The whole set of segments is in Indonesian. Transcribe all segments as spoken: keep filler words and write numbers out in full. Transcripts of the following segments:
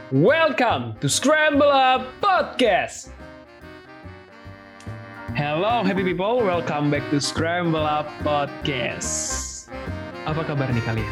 Welcome to Scramble Up Podcast. Hello happy people, welcome back to Scramble Up Podcast. Apa kabar nih kalian?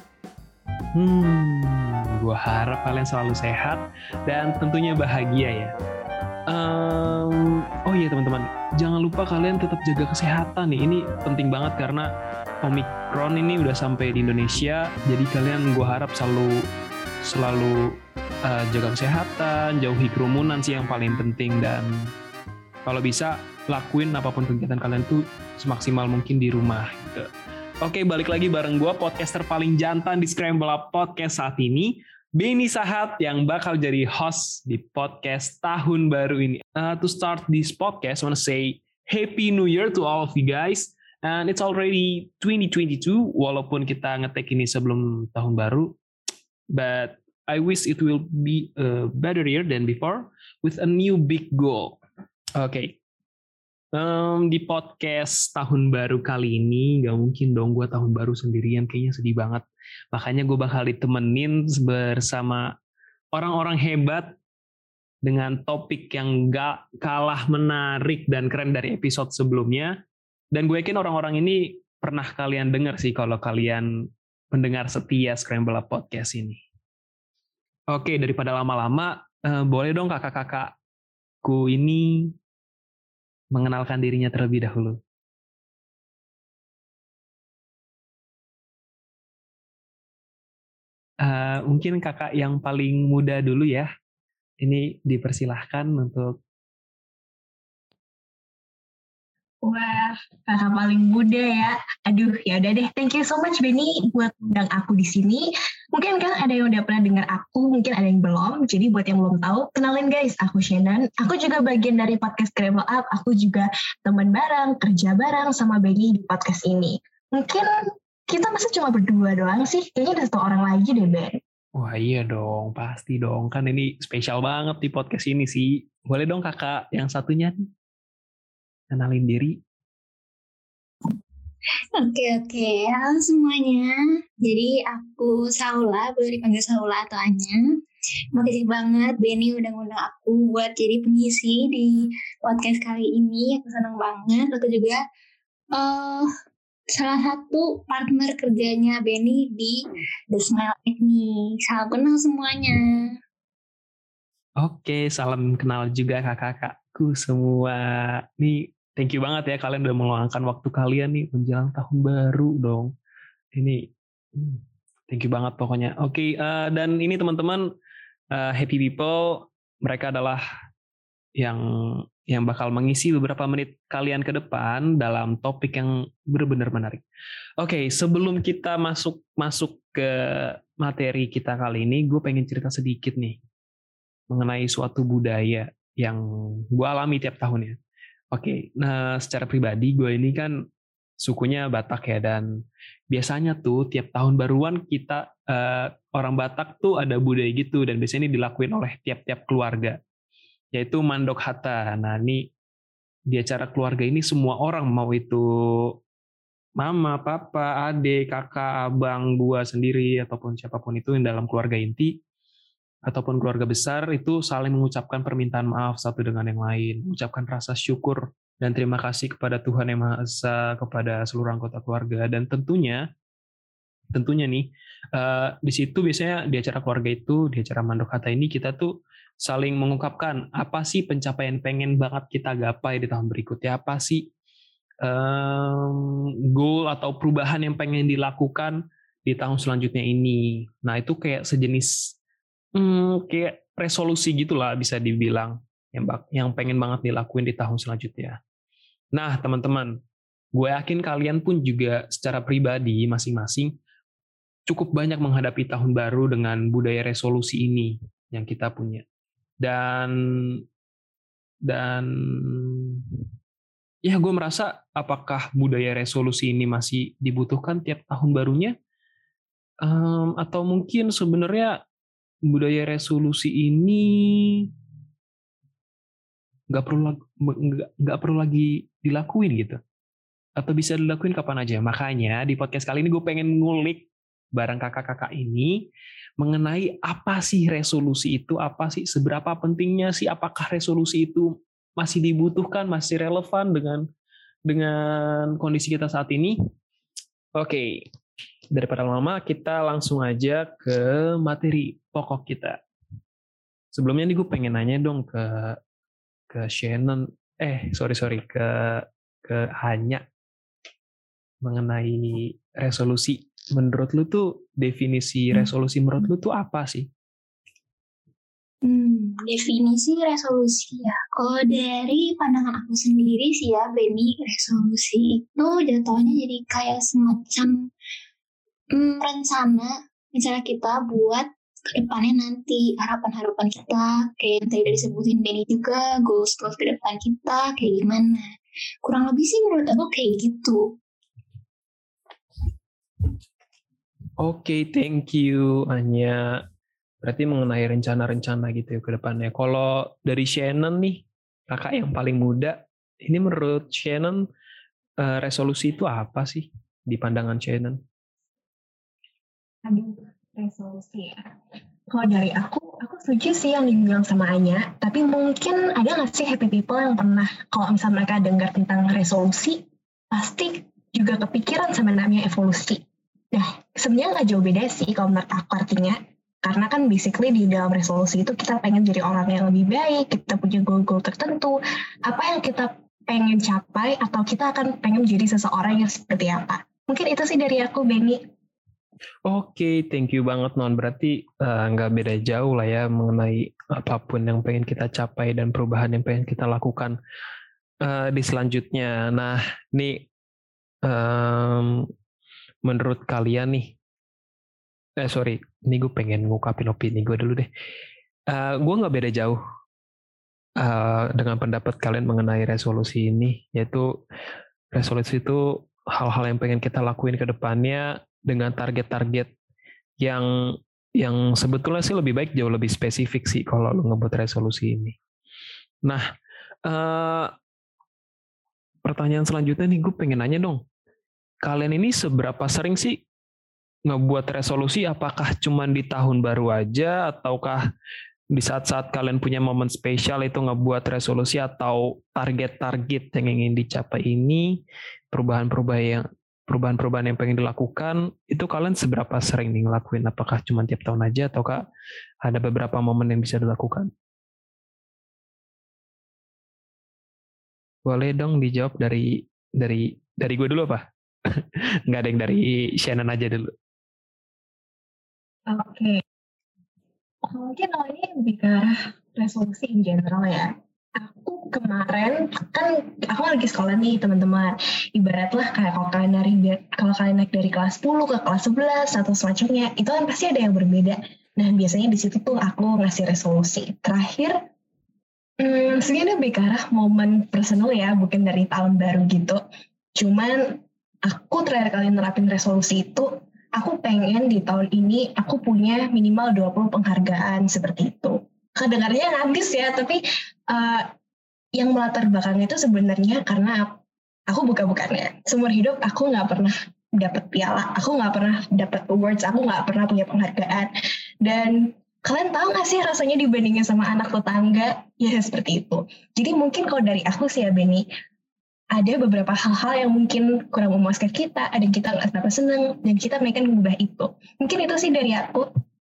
Hmm, gue harap kalian selalu sehat dan tentunya bahagia ya. Um, oh iya teman-teman, jangan lupa kalian tetap jaga kesehatan nih. Ini penting banget karena Omicron ini udah sampai di Indonesia. Jadi kalian gue harap selalu selalu uh, jaga kesehatan, jauhi kerumunan sih yang paling penting, dan kalau bisa lakuin apapun kegiatan kalian tuh semaksimal mungkin di rumah gitu. Oke, balik lagi bareng gue, podcaster paling jantan di Scramble Up Podcast saat ini, Benny Sahat, yang bakal jadi host di podcast tahun baru ini. Uh, to start this podcast, I want to say Happy New Year to all of you guys. And it's already twenty twenty-two, walaupun kita ngetek ini sebelum tahun baru. But I wish it will be a better year than before with a new big goal. Oke. Okay. Um, di podcast tahun baru kali ini, gak mungkin dong gue tahun baru sendirian, kayaknya sedih banget. Makanya gue bakal ditemenin bersama orang-orang hebat dengan topik yang gak kalah menarik dan keren dari episode sebelumnya. Dan gue yakin orang-orang ini pernah kalian dengar sih kalau kalian pendengar setia Scramble Up Podcast ini. Oke, daripada lama-lama, eh, boleh dong kakak-kakakku ini mengenalkan dirinya terlebih dahulu. Uh, mungkin kakak yang paling muda dulu ya. Ini dipersilahkan untuk. Wah, kakak paling muda ya. Aduh, ya udah deh. Thank you so much Benny buat undang aku di sini. Mungkin kan ada yang udah pernah dengar aku, mungkin ada yang belum. Jadi buat yang belum tahu, kenalin guys, aku Shannon. Aku juga bagian dari podcast Scramble Up. Aku juga teman bareng, kerja bareng sama Benny di podcast ini. Mungkin kita masa cuma berdua doang sih. Kayaknya ada satu orang lagi deh, Ben. Wah iya dong, pasti dong. Kan ini spesial banget di podcast ini sih. Boleh dong kakak yang satunya nih, kenalin diri. Oke oke, halo semuanya. Jadi aku Saula, boleh dipanggil Saula atau Anya. Makasih banget Benny udah ngundang aku buat jadi pengisi di podcast kali ini. Aku senang banget. Aku juga uh, salah satu partner kerjanya Benny di The Smile Act nih. Salam kenal semuanya. Oke, salam kenal juga kakak-kakakku semua. Nih, thank you banget ya kalian udah meluangkan waktu kalian nih menjelang tahun baru dong. Ini thank you banget pokoknya. Oke, okay, uh, dan ini teman-teman uh, happy people, mereka adalah yang yang bakal mengisi beberapa menit kalian ke depan dalam topik yang benar-benar menarik. Oke, okay, sebelum kita masuk masuk ke materi kita kali ini, gue pengen cerita sedikit nih mengenai suatu budaya yang gue alami tiap tahunnya. Oke, nah secara pribadi gue ini kan sukunya Batak ya, dan biasanya tuh tiap tahun baruan kita uh, orang Batak tuh ada budaya gitu, dan biasanya ini dilakuin oleh tiap-tiap keluarga, yaitu mandok hata. Nah ini di acara keluarga ini semua orang, mau itu mama, papa, adik, kakak, abang, gua sendiri, ataupun siapapun itu yang dalam keluarga inti, ataupun keluarga besar, itu saling mengucapkan permintaan maaf satu dengan yang lain, mengucapkan rasa syukur dan terima kasih kepada Tuhan Yang Maha Esa, kepada seluruh anggota keluarga, dan tentunya, tentunya nih uh, di situ biasanya di acara keluarga itu, di acara mandok hata ini kita tuh saling mengungkapkan apa sih pencapaian pengen banget kita gapai di tahun berikutnya, apa sih um, goal atau perubahan yang pengen dilakukan di tahun selanjutnya ini. Nah itu kayak sejenis Hmm, kayak resolusi gitulah bisa dibilang yang yang pengen banget dilakuin di tahun selanjutnya. Nah teman-teman, gue yakin kalian pun juga secara pribadi masing-masing cukup banyak menghadapi tahun baru dengan budaya resolusi ini yang kita punya. Dan dan ya gue merasa apakah budaya resolusi ini masih dibutuhkan tiap tahun barunya, um, atau mungkin sebenarnya budaya resolusi ini nggak perlu nggak nggak perlu lagi dilakuin gitu, atau bisa dilakuin kapan aja. Makanya di podcast kali ini gue pengen ngulik bareng kakak-kakak ini mengenai apa sih resolusi itu, apa sih, seberapa pentingnya sih, apakah resolusi itu masih dibutuhkan, masih relevan dengan dengan kondisi kita saat ini. Oke, daripada lama, kita langsung aja ke materi pokok kita. Sebelumnya nih gue pengen nanya dong ke ke Shannon, eh sorry sorry ke ke Hanya mengenai resolusi. Menurut lu tuh definisi resolusi menurut lu tuh apa sih? Hmm, definisi resolusi ya. Kalau dari pandangan aku sendiri sih ya, Benny, resolusi itu jatuhnya jadi kayak semacam hmm, rencana, rencana kita buat kedepannya nanti, harapan-harapan kita, kayak yang tadi udah disebutin Benny juga, goals-goals ke depan kita, kayak gimana. Kurang lebih sih menurut aku kayak gitu. Oke, okay, thank you, Anya. Berarti mengenai rencana-rencana gitu ya ke depannya. Kalau dari Shannon nih, kakak yang paling muda, ini menurut Shannon, uh, resolusi itu apa sih di pandangan Shannon? Aduh, resolusi ya. Kalau dari aku, aku setuju sih yang dibilang sama Anya, tapi mungkin ada nggak sih happy people yang pernah, kalau misalnya mereka dengar tentang resolusi, pasti juga kepikiran sama namanya evolusi. Nah, sebenarnya nggak jauh beda sih kalau menurut aku artinya. Karena kan basically di dalam resolusi itu kita pengen jadi orang yang lebih baik, kita punya goal-goal tertentu, apa yang kita pengen capai, atau kita akan pengen menjadi seseorang yang seperti apa. Mungkin itu sih dari aku, Benny. Oke, okay, thank you banget Non. Berarti uh, nggak beda jauh lah ya mengenai apapun yang pengen kita capai dan perubahan yang pengen kita lakukan uh, di selanjutnya. Nah, nih um, menurut kalian nih, eh sorry, ini gue pengen ngungkapin opini gue dulu deh. Uh, gue nggak beda jauh uh, dengan pendapat kalian mengenai resolusi ini, yaitu resolusi itu hal-hal yang pengen kita lakuin ke depannya dengan target-target yang yang sebetulnya sih lebih baik jauh lebih spesifik sih kalau lo ngebuat resolusi ini. Nah, uh, pertanyaan selanjutnya nih gue pengen nanya dong, kalian ini seberapa sering sih ngebuat resolusi? Apakah cuma di tahun baru aja, ataukah di saat-saat kalian punya momen spesial itu ngebuat resolusi, atau target-target yang ingin dicapai ini, perubahan-perubahan yang perubahan-perubahan yang pengen dilakukan, itu kalian seberapa sering nih ngelakuin? Apakah cuma tiap tahun aja, ataukah ada beberapa momen yang bisa dilakukan? Boleh dong dijawab dari dari dari gue dulu apa? Nggak ada yang dari Shannon aja dulu. Oke. Okay. Mungkin kalau ini lebih ke resolusi in general ya. Aku kemarin, kan aku lagi sekolah nih teman-teman. Ibaratlah kayak kalau kalian dari kalau kalian naik dari kelas sepuluh ke kelas sebelas atau semacamnya, itu kan pasti ada yang berbeda. Nah, biasanya di situ tuh aku ngasih resolusi. Terakhir, hmm, sebenarnya lebih ke arah momen personal ya, bukan dari tahun baru gitu. Cuman aku terakhir kali nerapin resolusi itu, aku pengen di tahun ini aku punya minimal dua puluh penghargaan seperti itu. Kedengarannya ngabis ya, tapi uh, yang melatar belakangnya itu sebenarnya karena aku buka-bukannya. Seumur hidup aku nggak pernah dapat piala, aku nggak pernah dapat awards, aku nggak pernah punya penghargaan. Dan kalian tahu nggak sih rasanya dibandingin sama anak tetangga? Ya seperti itu. Jadi mungkin kalau dari aku sih ya Benny, ada beberapa hal-hal yang mungkin kurang memuaskan kita, ada yang kita nggak sampai seneng, dan kita pengen mengubah itu. Mungkin itu sih dari aku.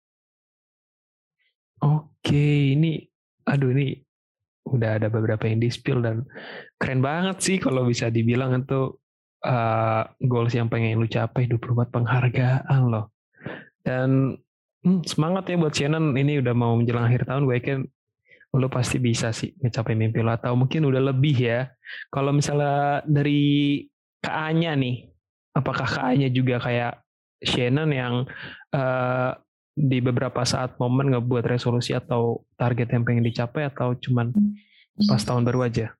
Oke, ini, aduh ini udah ada beberapa yang di-spill dan keren banget sih kalau bisa dibilang itu uh, goals yang pengen lu capai, dua puluh empat penghargaan loh. Dan hmm, semangat ya buat Shannon, ini udah mau menjelang akhir tahun, gue yakin lo pasti bisa sih ngecapai mimpi lo, atau mungkin udah lebih ya. Kalau misalnya dari Kak Anya nih, apakah Kak Anya juga kayak Shannon yang uh, di beberapa saat momen ngebuat resolusi atau target yang pengen dicapai, atau cuman pas tahun baru aja?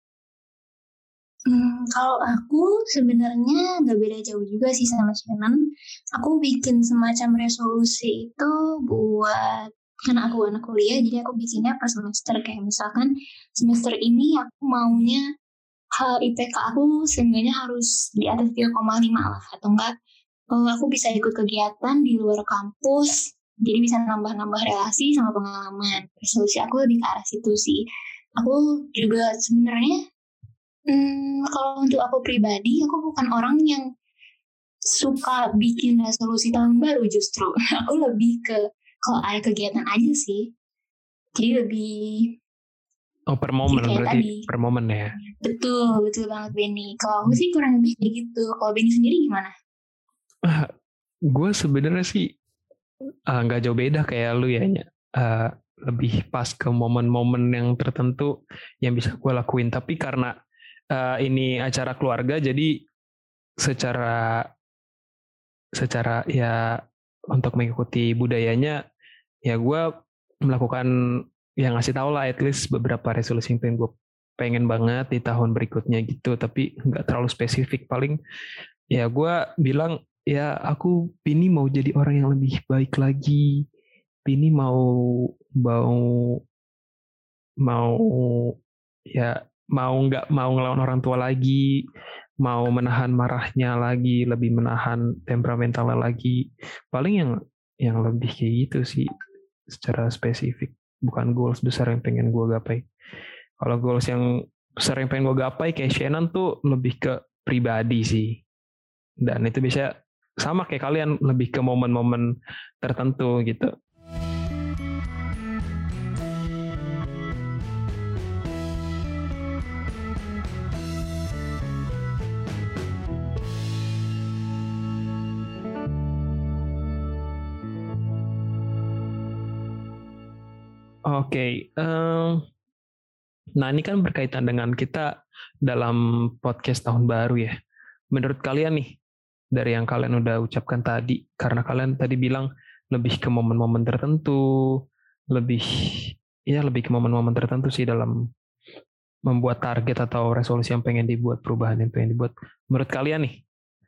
Hmm, kalau aku sebenarnya nggak beda jauh juga sih sama Shannon. Aku bikin semacam resolusi itu buat, karena aku anak kuliah, jadi aku bikinnya per semester. Kayak misalkan semester ini aku maunya I P K aku seenggaknya harus di atas tiga koma lima lah, atau enggak uh, aku bisa ikut kegiatan di luar kampus, jadi bisa nambah-nambah relasi sama pengalaman. Resolusi aku lebih ke arah situ sih. Aku juga sebenarnya, hmm, kalau untuk aku pribadi, aku bukan orang yang suka bikin resolusi tahun baru justru. Aku lebih ke kalau ada kegiatan aja sih. Jadi lebih Oh, per momen kayak berarti tadi. per momen ya. Betul, betul banget Benny. Kalau aku sih kurang lebih kayak gitu. Kalau Benny sendiri gimana? Ah, gue sebenarnya sih ah, nggak jauh beda kayak lu ya, Nya. Ah, lebih pas ke momen-momen yang tertentu yang bisa gue lakuin. Tapi karena ah, ini acara keluarga, jadi secara secara ya untuk mengikuti budayanya, ya gue melakukan yang ngasih tau lah at least beberapa resolusi yang pengen gue pengen banget di tahun berikutnya gitu, tapi nggak terlalu spesifik. Paling ya gue bilang ya aku Pini mau jadi orang yang lebih baik lagi, Pini mau mau mau ya mau nggak mau ngelawan orang tua lagi, mau menahan marahnya lagi, lebih menahan temperamentalnya lagi. Paling yang yang lebih kayak gitu sih secara spesifik, bukan goals besar yang pengen gue gapai. Kalau goals yang besar yang pengen gue gapai kayak Shannon tuh lebih ke pribadi sih, dan itu bisa sama kayak kalian lebih ke momen-momen tertentu gitu. Oke, okay, um, nah ini kan berkaitan dengan kita dalam podcast tahun baru ya. Menurut kalian nih, dari yang kalian udah ucapkan tadi, karena kalian tadi bilang lebih ke momen-momen tertentu, lebih ya lebih ke momen-momen tertentu sih dalam membuat target atau resolusi yang pengen dibuat, perubahan yang pengen dibuat. Menurut kalian nih,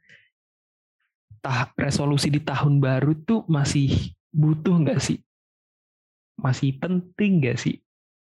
tah resolusi di tahun baru tuh masih butuh nggak sih? Masih penting nggak sih?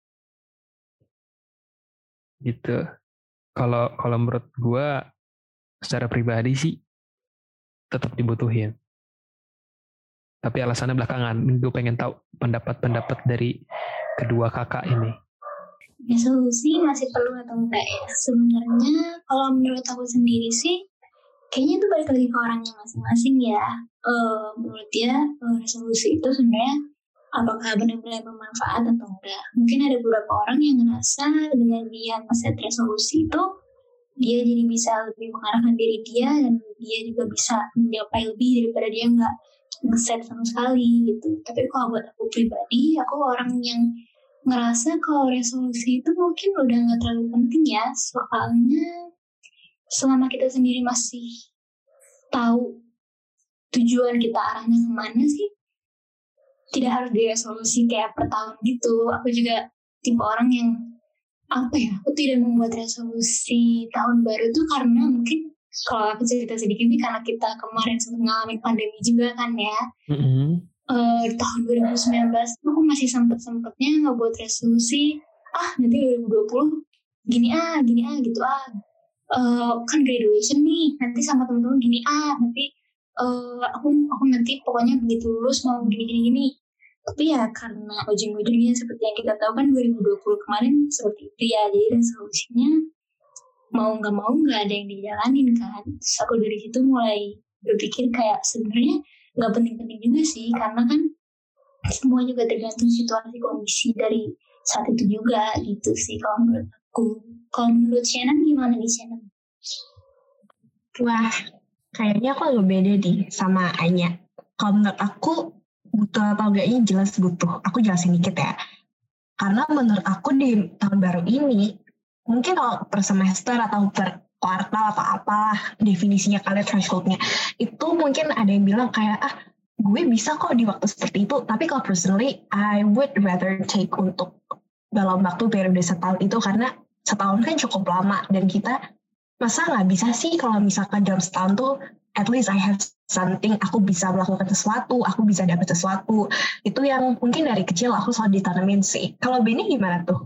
Gitu. Kalau kalau menurut gue secara pribadi sih tetap dibutuhin. Tapi alasannya belakangan. Gue pengen tahu pendapat-pendapat dari kedua kakak ini. Resolusi masih perlu atau enggak ya? Sebenarnya kalau menurut aku sendiri sih, kayaknya itu balik lagi ke orangnya masing-masing ya. Uh, menurut dia uh, resolusi itu sebenarnya apakah benar-benar bermanfaat atau enggak. Mungkin ada beberapa orang yang ngerasa dengan dia nge-set resolusi itu, dia jadi bisa lebih mengarahkan diri dia, dan dia juga bisa mencapai lebih daripada dia nggak nge-set sama sekali gitu. Tapi kalau buat aku pribadi, aku orang yang ngerasa kalau resolusi itu mungkin udah nggak terlalu penting ya, soalnya selama kita sendiri masih tahu tujuan kita arahnya kemana sih, tidak harus diresolusi kayak per tahun gitu. Aku juga tipe orang yang apa ya, aku tidak membuat resolusi tahun baru tuh karena mungkin kalau aku cerita sedikit nih, karena kita kemarin sempat ngalamin pandemi juga kan ya. Mm-hmm. Uh, tahun dua ribu sembilan belas aku masih sempet-sempetnya ngebuat resolusi, ah nanti dua ribu dua puluh gini ah, gini ah gitu ah. Uh, kan graduation nih, nanti sama temen-temen gini ah, nanti uh, aku aku nanti pokoknya begitu lulus mau gini-gini. Tapi ya karena ujung-ujungnya seperti yang kita tahu kan dua ribu dua puluh kemarin seperti itu ya, jadi resolusinya mau nggak mau nggak ada yang dijalanin kan. Terus aku dari situ mulai berpikir kayak sebenarnya nggak penting-penting juga sih, karena kan semua juga tergantung situasi kondisi dari saat itu juga gitu sih kalau menurut aku. Kalau menurut Shannon gimana nih Shannon? Wah, kayaknya aku agak beda nih sama Anya. Kalau menurut aku butuh atau enggaknya jelas butuh. Aku jelasin dikit ya. Karena menurut aku di tahun baru ini, mungkin kalau per semester atau per kuartal atau apalah definisinya kalian thresholdnya, itu mungkin ada yang bilang kayak, ah gue bisa kok di waktu seperti itu. Tapi kalau personally, I would rather take untuk dalam waktu periode setahun itu, karena setahun kan cukup lama. Dan kita, masa nggak bisa sih kalau misalkan dalam setahun tuh, at least I have something, aku bisa melakukan sesuatu, aku bisa dapat sesuatu. Itu yang mungkin dari kecil aku selalu ditanamin sih. Kalau Benny gimana tuh?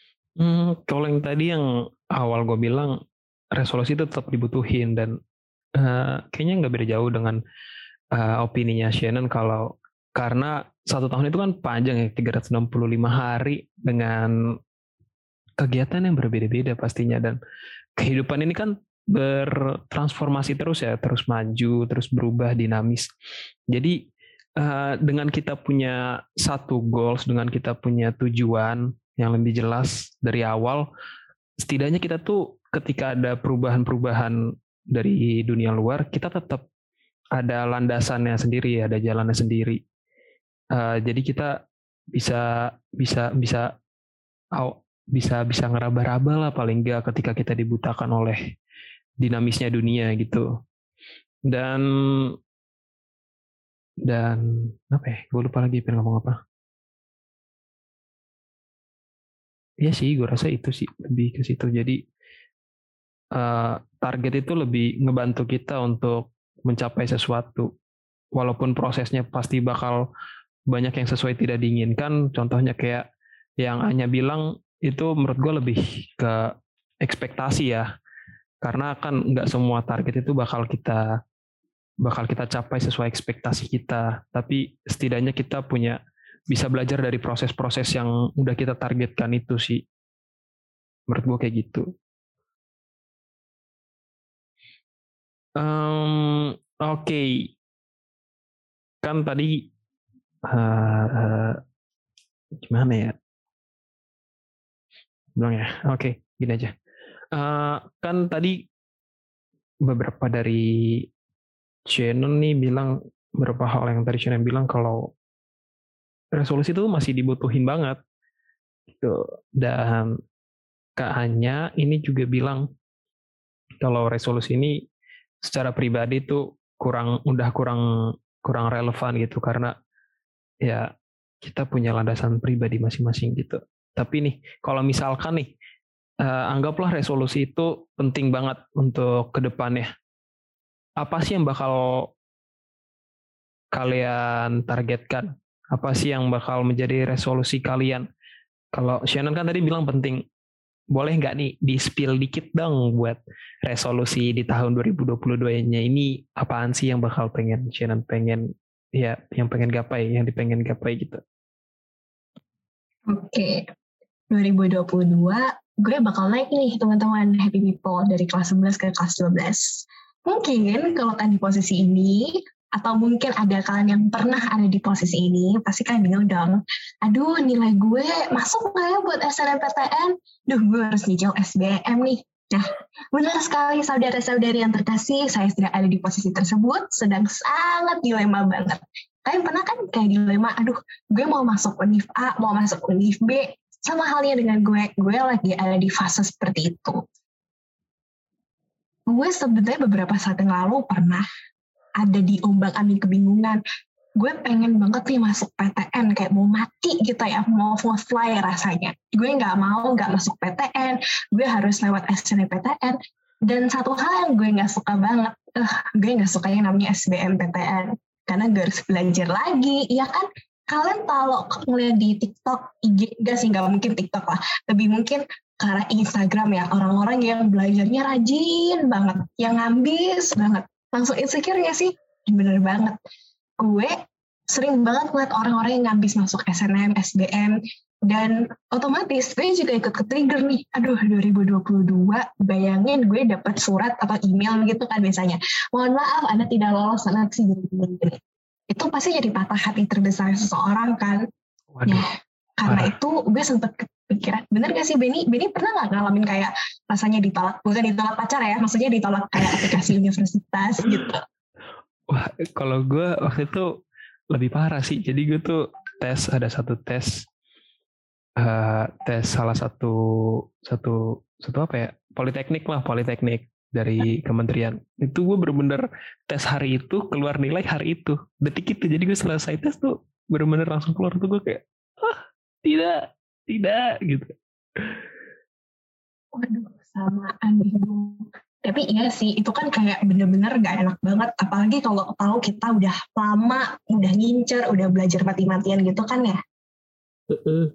Hmm, kalau yang tadi yang awal gue bilang, resolusi itu tetap dibutuhin, dan uh, kayaknya nggak beda jauh dengan uh, opininya Shannon kalau karena satu tahun itu kan panjang ya, tiga ratus enam puluh lima hari dengan kegiatan yang berbeda-beda pastinya, dan kehidupan ini kan bertransformasi terus ya, terus maju, terus berubah, dinamis. Jadi uh, dengan kita punya satu goals, dengan kita punya tujuan yang lebih jelas dari awal, setidaknya kita tuh ketika ada perubahan-perubahan dari dunia luar, kita tetap ada landasannya sendiri, ada jalannya sendiri. Uh, jadi kita bisa bisa bisa oh, bisa bisa ngeraba-raba lah paling enggak ketika kita dibutakan oleh dinamisnya dunia gitu. Dan dan apa ya? Gue lupa lagi pengen ngomong apa. Iya sih, gue rasa itu sih lebih ke situ. Jadi uh, target itu lebih ngebantu kita untuk mencapai sesuatu. Walaupun prosesnya pasti bakal banyak yang sesuai tidak diinginkan. Contohnya kayak yang Anya bilang itu menurut gue lebih ke ekspektasi ya. Karena kan nggak semua target itu bakal kita bakal kita capai sesuai ekspektasi kita. Tapi setidaknya kita punya bisa belajar dari proses-proses yang udah kita targetkan itu sih. Menurut gue kayak gitu. Um, Oke, okay. Kan tadi uh, uh, gimana ya? Bilang ya, oke, okay, gini aja. Uh, kan tadi beberapa dari Shannon nih bilang beberapa hal yang tadi Shannon bilang kalau resolusi itu masih dibutuhin banget gitu. Dan Kak Anya ini juga bilang kalau resolusi ini secara pribadi itu kurang udah kurang kurang relevan gitu karena ya kita punya landasan pribadi masing-masing gitu. Tapi nih kalau misalkan nih Uh, anggaplah resolusi itu penting banget untuk kedepannya. Apa sih yang bakal kalian targetkan? Apa sih yang bakal menjadi resolusi kalian? Kalau Shannon kan tadi bilang penting. Boleh nggak nih di-spill dikit dong buat resolusi di tahun dua ribu dua puluh dua-nya ini apaan sih yang bakal pengen Shannon pengen ya yang pengen gapai, yang dipengen gapai gitu. Oke. Okay. dua ribu dua puluh dua gue bakal naik nih teman-teman Happy People dari kelas sebelas ke kelas dua belas. Mungkin kalau kan di posisi ini, atau mungkin ada kalian yang pernah ada di posisi ini, pasti kalian bingung dong, aduh nilai gue masuk gak ya buat S N M P T N? Duh gue harus nyicil S B M nih. Nah, benar sekali saudara-saudari yang terkasih, saya sedang ada di posisi tersebut, sedang sangat dilema banget. Kalian pernah kan kayak dilema, aduh gue mau masuk univ A, mau masuk univ B, sama halnya dengan gue, gue lagi ada di fase seperti itu. Gue sebenarnya beberapa saat yang lalu pernah ada di ombak-ambing kebingungan. Gue pengen banget nih masuk P T N, kayak mau mati gitu ya, mau fly rasanya. Gue nggak mau nggak masuk P T N, gue harus lewat S N M P T N. Dan satu hal yang gue nggak suka banget, uh, gue nggak suka yang namanya S B M P T N. Karena gue harus belajar lagi, iya kan? Kalian kalau ngeliat di TikTok, I G, enggak sih, nggak mungkin TikTok lah. Lebih mungkin karena Instagram ya, orang-orang yang belajarnya rajin banget, yang ngambis banget. Langsung insecure ya sih? Bener banget. Gue sering banget ngeliat orang-orang yang ngambis masuk S N M, S B M, dan otomatis gue juga ikut ke-trigger nih. Aduh, dua ribu dua puluh dua, bayangin gue dapat surat atau email gitu kan biasanya. Mohon maaf, Anda tidak lolos seleksi gini-gini. Itu pasti jadi patah hati terbesar seseorang kan. Waduh. Ya, karena itu gue sempet kepikiran, bener gak sih Benny? Benny pernah gak ngalamin kayak rasanya ditolak, bukan ditolak pacar ya, maksudnya ditolak kayak aplikasi universitas gitu. Wah, kalau gue waktu itu lebih parah sih. Jadi gue tuh tes, ada satu tes, uh, tes salah satu, satu, satu apa ya, politeknik lah, politeknik dari kementerian. Itu gue bener-bener tes hari itu, keluar nilai hari itu, detik itu. Jadi gue selesai tes tuh bener-bener langsung keluar tuh gue kayak, ah tidak, tidak gitu. Waduh, samaan ibu. Tapi iya sih, itu kan kayak bener-bener gak enak banget. Apalagi kalau tahu kita udah lama, udah ngincer, udah belajar mati-matian gitu kan ya. Uh-uh.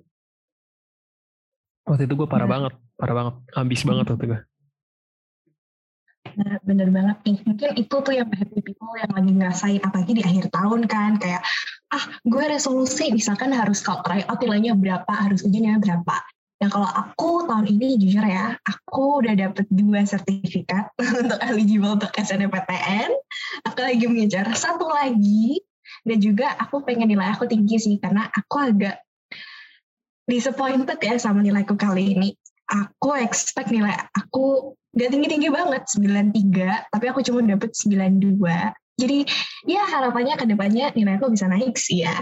Waktu itu gue parah nah. banget, parah banget, ambis banget waktu gue. Nah, bener banget nih. Mungkin itu tuh yang happy people yang lagi ngerasain, apalagi di akhir tahun kan. Kayak, ah gue resolusi misalkan harus kalau tryout nilainya berapa, harus ujiannya berapa. Nah kalau aku tahun ini jujur ya, aku udah dapet dua sertifikat untuk eligible untuk S N M P T N. Aku lagi mengejar satu lagi. Dan juga aku pengen nilai aku tinggi sih, karena aku agak disappointed ya sama nilaiku kali ini. Aku expect nilai aku gak tinggi-tinggi banget, sembilan tiga, tapi aku cuma dapet sembilan dua. Jadi ya harapannya ke depannya nilai aku bisa naik sih ya.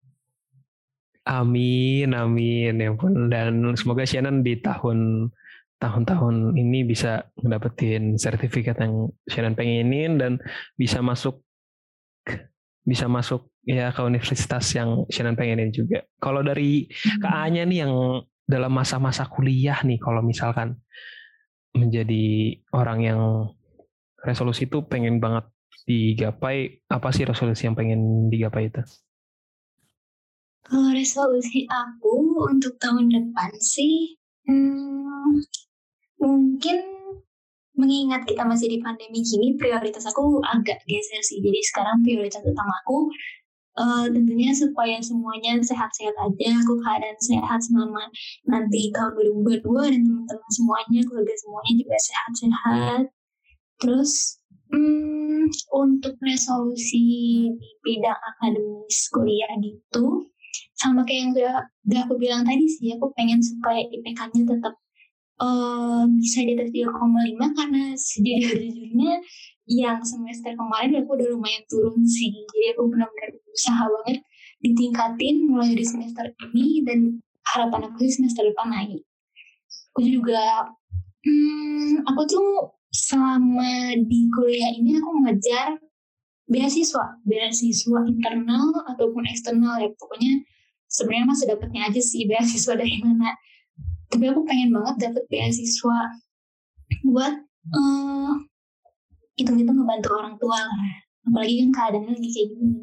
Amin, amin ya pun. Dan semoga Shannon di tahun tahun-tahun ini bisa mendapatkan sertifikat yang Shannon pengenin dan bisa masuk bisa masuk ya ke universitas yang Shannon pengenin juga. Kalau dari Kak A-nya nih yang dalam masa-masa kuliah nih, kalau misalkan menjadi orang yang resolusi itu pengen banget digapai, apa sih resolusi yang pengen digapai itu? Kalau resolusi aku untuk tahun depan sih, hmm, mungkin mengingat kita masih di pandemi gini, prioritas aku agak geser sih. Jadi sekarang prioritas utama aku Uh, tentunya supaya semuanya sehat-sehat aja, aku keadaan sehat selama nanti tahun dua ribu dua puluh dua dan teman-teman semuanya, keluarga semuanya juga sehat-sehat. Terus hmm, untuk resolusi di bidang akademis kuliah gitu, sama kayak yang udah, udah aku bilang tadi sih, aku pengen supaya I P K-nya tetap uh, bisa di atas tiga koma lima, karena sejujurnya yang semester kemarin aku udah lumayan turun sih. Jadi aku benar-benar berusaha banget ditingkatin mulai dari semester ini, dan harapan aku sih semester depan naik. Aku juga hmm, aku tuh selama di kuliah ini aku mengejar beasiswa beasiswa internal ataupun eksternal ya, pokoknya sebenarnya masih dapatnya aja sih beasiswa dari mana, tapi aku pengen banget dapet beasiswa buat uh, hitung-hitung ngebantu orang tua lah, apalagi kan keadaannya lagi kayak gini.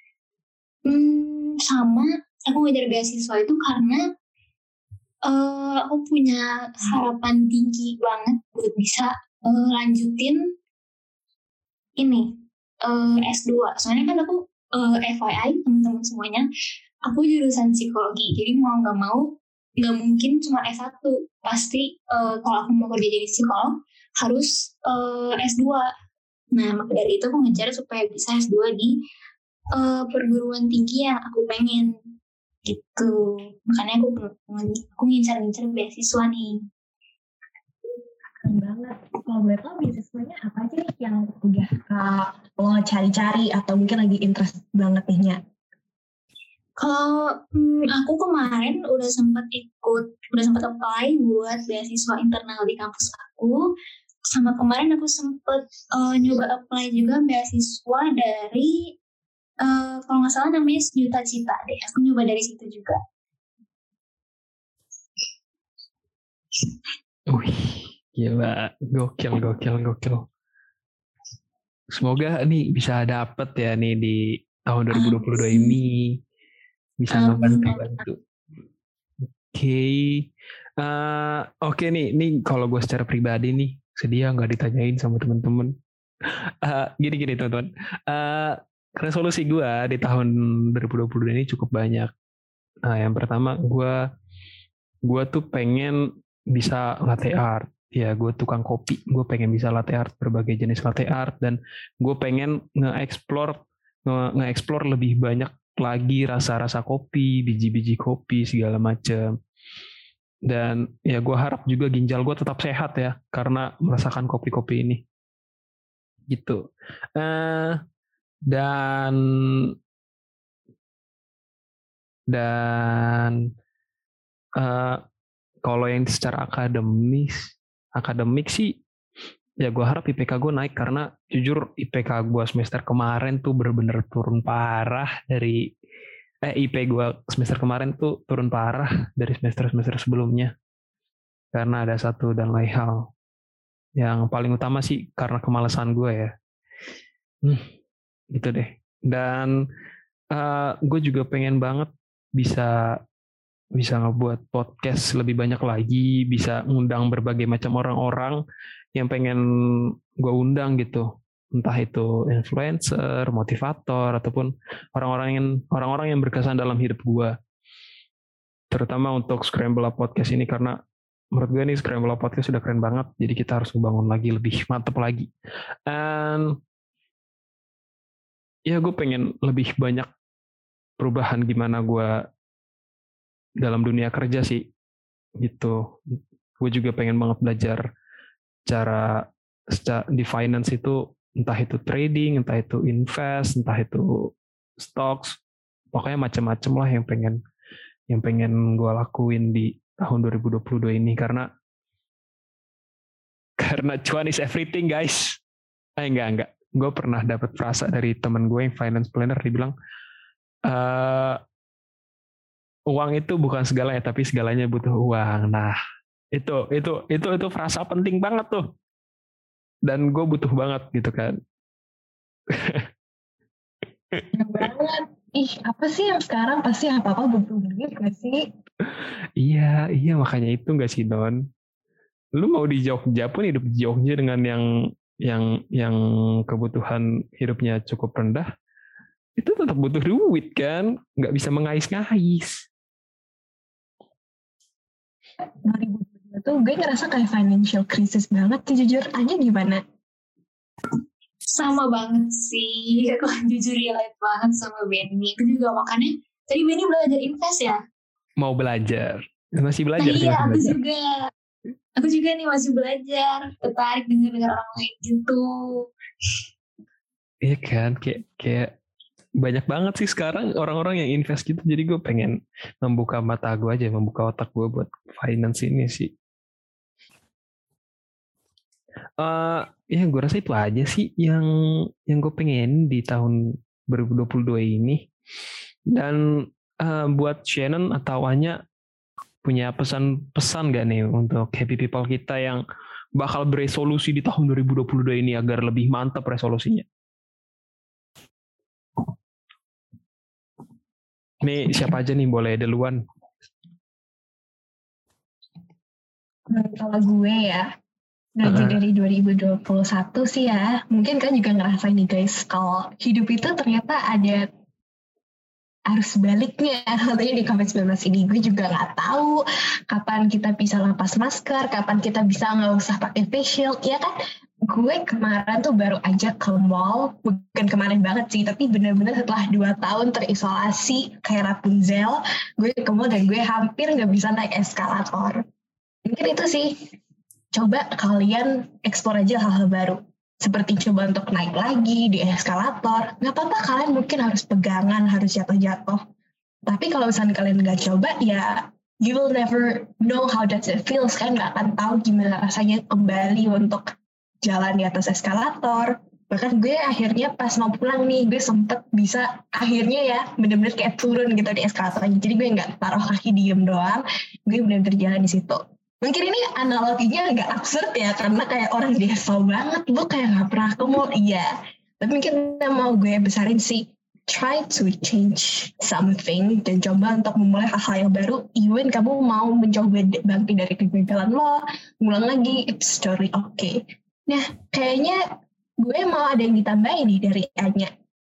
Hmm, sama aku ngejar beasiswa itu karena uh, aku punya harapan tinggi banget buat bisa uh, lanjutin ini uh, S dua. Soalnya kan aku uh, F Y I teman-teman semuanya, aku jurusan psikologi, jadi mau nggak mau nggak mungkin cuma S satu, pasti uh, kalau aku mau kerja jadi psikolog harus uh, S dua. Nah, maka dari itu aku ngejar supaya bisa S dua di uh, perguruan tinggi yang aku pengen gitu. Makanya aku aku ngincar-ngincar beasiswa nih. Keren banget. Kalau boleh tahu beasiswanya apa aja nih yang udah uh, lo cari-cari atau mungkin lagi interest banget nih? Kalau hmm, aku kemarin udah sempat ikut, udah sempat apply buat beasiswa internal di kampus aku. Sama kemarin aku sempat uh, nyoba apply juga beasiswa dari uh, kalau nggak salah namanya Sejuta Cita deh. Aku nyoba dari situ juga. Wih, gila, gokil, gokil, gokil. Semoga nih bisa dapet ya nih di tahun dua ribu dua puluh dua um, ini. Bisa um, ngebantu-bantu. Oke, okay. uh, oke okay nih, nih kalau gue secara pribadi nih sedia nggak ditanyain sama teman-teman. Uh, gini-gini teman-teman. Uh, resolusi gue di tahun dua ribu dua puluh dua ini cukup banyak. Uh, yang pertama gue, gue tuh pengen bisa latte art. Ya, gue tukang kopi. Gue pengen bisa latte art, berbagai jenis latte art, dan gue pengen nge-explore, nge-explore lebih banyak lagi rasa-rasa kopi, biji-biji kopi, segala macam. Dan ya gue harap juga ginjal gue tetap sehat ya, karena merasakan kopi-kopi ini. Gitu. Uh, dan dan uh, kalau yang secara akademis, akademik sih, ya gue harap I P K gue naik, karena jujur I P K gue semester kemarin tuh bener-bener turun parah dari eh I P gue semester kemarin tuh turun parah dari semester-semester sebelumnya, karena ada satu dan lain hal. Yang paling utama sih karena kemalasan gue ya, hmm, gitu deh. Dan uh, gue juga pengen banget bisa bisa ngebuat podcast lebih banyak lagi, bisa ngundang berbagai macam orang-orang yang pengen gue undang gitu, entah itu influencer, motivator, ataupun orang-orang yang orang-orang yang berkesan dalam hidup gue, terutama untuk Scramble Up Podcast ini, karena menurut gue nih Scramble Up Podcast sudah keren banget, jadi kita harus membangun lagi lebih mantep lagi. And ya gue pengen lebih banyak perubahan gimana gue dalam dunia kerja sih gitu. Gue juga pengen banget belajar cara di finance itu, entah itu trading, entah itu invest, entah itu stocks, pokoknya macam-macam lah yang pengen yang pengen gue lakuin di tahun dua ribu dua puluh dua ini, karena karena cuan is everything guys. Eh enggak enggak, gue pernah dapat frasa dari teman gue yang finance planner, dia bilang uh, uang itu bukan segalanya, tapi segalanya butuh uang. Nah itu itu itu itu frasa penting banget tuh, dan gue butuh banget gitu kan. banget. Ih, apa sih yang sekarang pasti apa-apa butuh duit gak sih? Iya, iya makanya itu gak sih Don? Lu mau di Jogja pun hidup di Jogja dengan yang yang yang kebutuhan hidupnya cukup rendah, itu tetap butuh duit kan? Gak bisa mengais-ngais. dua ribu dua puluh tuh gue ngerasa kayak financial crisis banget sih, jujur aja. Gimana? Sama banget sih, aku jujur relate banget sama Benny. Aku juga makanya tadi Benny belajar invest ya? Mau belajar, masih belajar nah, sih. Iya, masih aku belajar. juga. Aku juga nih masih belajar, tertarik dengar-dengar orang lain gitu. Iya kan, kayak kayak banyak banget sih sekarang orang-orang yang invest gitu. Jadi gue pengen membuka mata gue aja, membuka otak gue buat finance ini sih. Uh, ya gue rasa itu aja sih yang yang gue pengen di tahun dua ribu dua puluh dua ini. Dan uh, buat Shannon atau Anya, punya pesan-pesan gak nih untuk happy people kita yang bakal beresolusi di tahun dua ribu dua puluh dua ini agar lebih mantap resolusinya? Nih siapa aja nih, boleh duluan? Hmm, kalau gue ya, gaji uh. dari dua ribu dua puluh satu sih ya, mungkin kan juga ngerasain nih guys, kalau hidup itu ternyata ada arus baliknya. Katanya di covid sembilan belas ini gue juga nggak tahu kapan kita bisa lepas masker, kapan kita bisa nggak usah pakai face shield, ya kan? Gue kemarin tuh baru aja ke mall, bukan kemarin banget sih, tapi benar-benar setelah dua tahun terisolasi kayak Rapunzel, gue ke mall dan gue hampir nggak bisa naik eskalator. Mungkin itu sih, coba kalian eksplor aja hal-hal baru. Seperti coba untuk naik lagi di eskalator. Gak apa-apa kalian mungkin harus pegangan, harus jatuh-jatuh. Tapi kalau misalnya kalian gak coba, ya you will never know how that it feels. Kalian gak akan tahu gimana rasanya kembali untuk jalan di atas eskalator. Bahkan gue akhirnya pas mau pulang nih, gue sempet bisa akhirnya ya bener-bener kayak turun gitu di eskalator. Jadi gue gak taruh kaki diem doang, gue bener-bener jalan di situ. Mungkin ini analoginya agak absurd ya, karena kayak orang desa banget, lu kayak gak pernah ke mall, iya. Tapi mungkin mau gue besarin sih, try to change something, dan coba untuk memulai hal-hal yang baru, even kamu mau mencoba bangkit dari kegagalan lo, ngulang lagi, it's totally okay. Nah, kayaknya gue mau ada yang ditambahin nih dari Anya.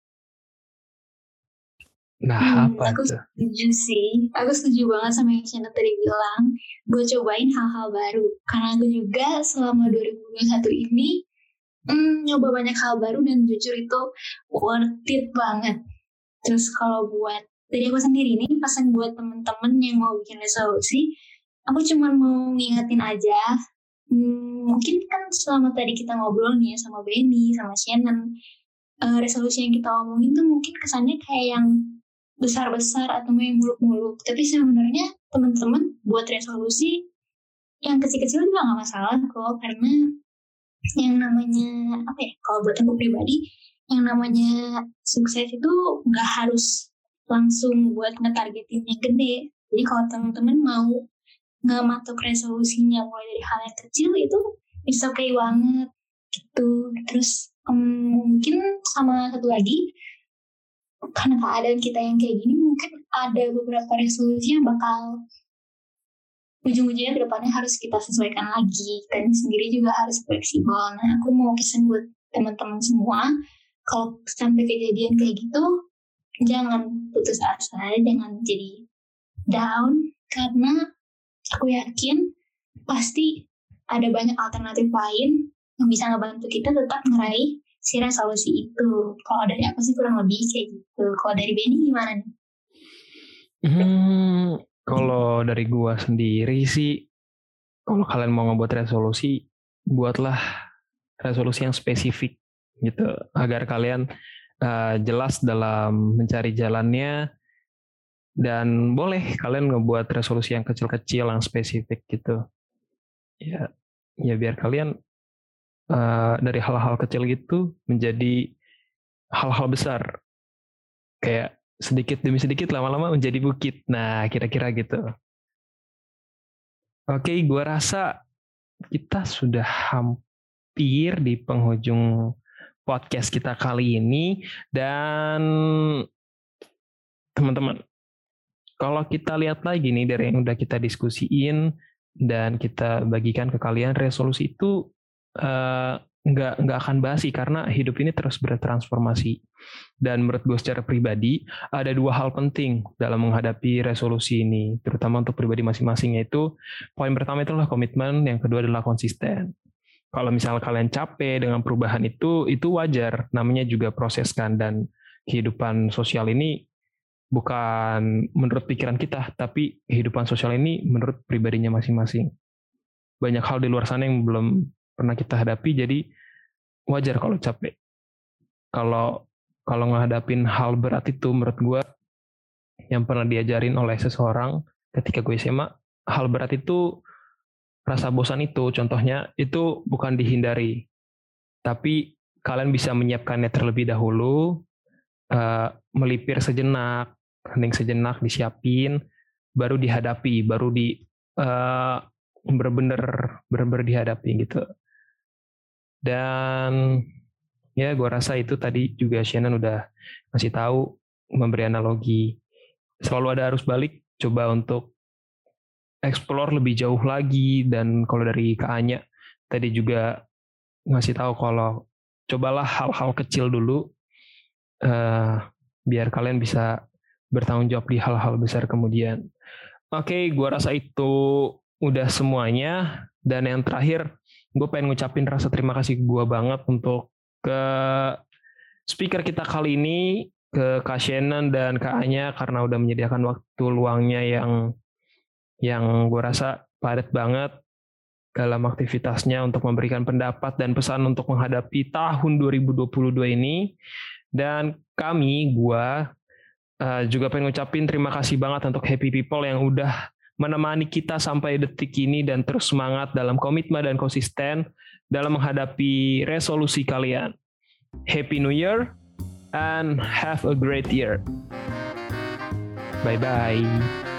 Nah, hmm, apa aku tuh? setuju sih. Aku setuju banget sama yang Shannon tadi bilang. Gue cobain hal-hal baru. Karena gue juga selama dua ribu dua puluh satu ini hmm, nyoba banyak hal baru dan jujur itu worth it banget. Terus kalau buat dari aku sendiri nih, pesan buat temen-temen yang mau bikin resolusi, aku cuma mau ngingetin aja. Hmm, mungkin kan selama tadi kita ngobrol nih sama Benny, sama Shannon, uh, resolusi yang kita omongin tuh mungkin kesannya kayak yang besar-besar atau yang muluk-muluk. Tapi sebenarnya teman-teman buat resolusi yang kecil-kecil juga nggak masalah kok, karena yang namanya apa ya? Kalau buat aku pribadi, yang namanya sukses itu nggak harus langsung buat ngetargetin yang gede. Jadi kalau teman-teman mau ngematok resolusinya mulai dari hal yang kecil, itu bisa oke banget gitu. Terus um, mungkin sama satu lagi, karena keadaan kita yang kayak gini, mungkin ada beberapa resolusi yang bakal ujung-ujungnya ke depannya harus kita sesuaikan lagi. Kita sendiri juga harus fleksibel. Nah, aku mau pesan buat teman-teman semua, kalau sampai kejadian kayak gitu, jangan putus asa, jangan jadi down, karena aku yakin pasti ada banyak alternatif lain yang bisa ngebantu kita tetap meraih si resolusi itu. Kalau dari aku sih kurang lebih kayak gitu. Kalau dari Benny gimana nih? Hmm, kalau dari gua sendiri sih, kalau kalian mau ngebuat resolusi, buatlah resolusi yang spesifik gitu, agar kalian uh, jelas dalam mencari jalannya, dan boleh kalian ngebuat resolusi yang kecil-kecil yang spesifik gitu. Ya, ya biar kalian uh, dari hal-hal kecil gitu menjadi hal-hal besar. Kayak sedikit demi sedikit lama-lama menjadi bukit. Nah, kira-kira gitu. Oke, gue rasa kita sudah hampir di penghujung podcast kita kali ini. Dan teman-teman, kalau kita lihat lagi nih dari yang udah kita diskusiin dan kita bagikan ke kalian, resolusi itu uh, nggak nggak akan basi karena hidup ini terus bertransformasi. Dan menurut gue secara pribadi ada dua hal penting dalam menghadapi resolusi ini, terutama untuk pribadi masing-masing, yaitu poin pertama itulah komitmen, yang kedua adalah konsisten. Kalau misalnya kalian capek dengan perubahan itu, itu wajar, namanya juga proses kan, dan kehidupan sosial ini bukan menurut pikiran kita, tapi kehidupan sosial ini menurut pribadinya masing-masing. Banyak hal di luar sana yang belum pernah kita hadapi, jadi wajar kalau capek. Kalau kalau ngadapin hal berat itu, menurut gue yang pernah diajarin oleh seseorang ketika gue S M A, hal berat itu, rasa bosan itu, contohnya itu bukan dihindari, tapi kalian bisa menyiapkannya terlebih dahulu, uh, melipir sejenak, hening sejenak, disiapin, baru dihadapi, baru di uh, bener-bener bener-bener dihadapi gitu. Dan ya gue rasa itu tadi juga Shannon udah ngasih tahu, memberi analogi. Selalu ada arus balik, coba untuk explore lebih jauh lagi. Dan kalau dari Kak Anya tadi juga ngasih tahu kalau cobalah hal-hal kecil dulu, uh, biar kalian bisa bertanggung jawab di hal-hal besar kemudian. Oke, gue rasa itu udah semuanya. Dan yang terakhir, gue pengen ngucapin rasa terima kasih gue banget untuk ke speaker kita kali ini, ke Kak Shannon dan Kak Anya, karena udah menyediakan waktu luangnya yang yang gue rasa padat banget dalam aktivitasnya untuk memberikan pendapat dan pesan untuk menghadapi tahun dua ribu dua puluh dua ini. Dan kami, gue uh, juga pengen ngucapin terima kasih banget untuk Happy People yang udah menemani kita sampai detik ini dan terus semangat dalam komitmen dan konsisten dalam menghadapi resolusi kalian. Happy New Year and have a great year. Bye-bye.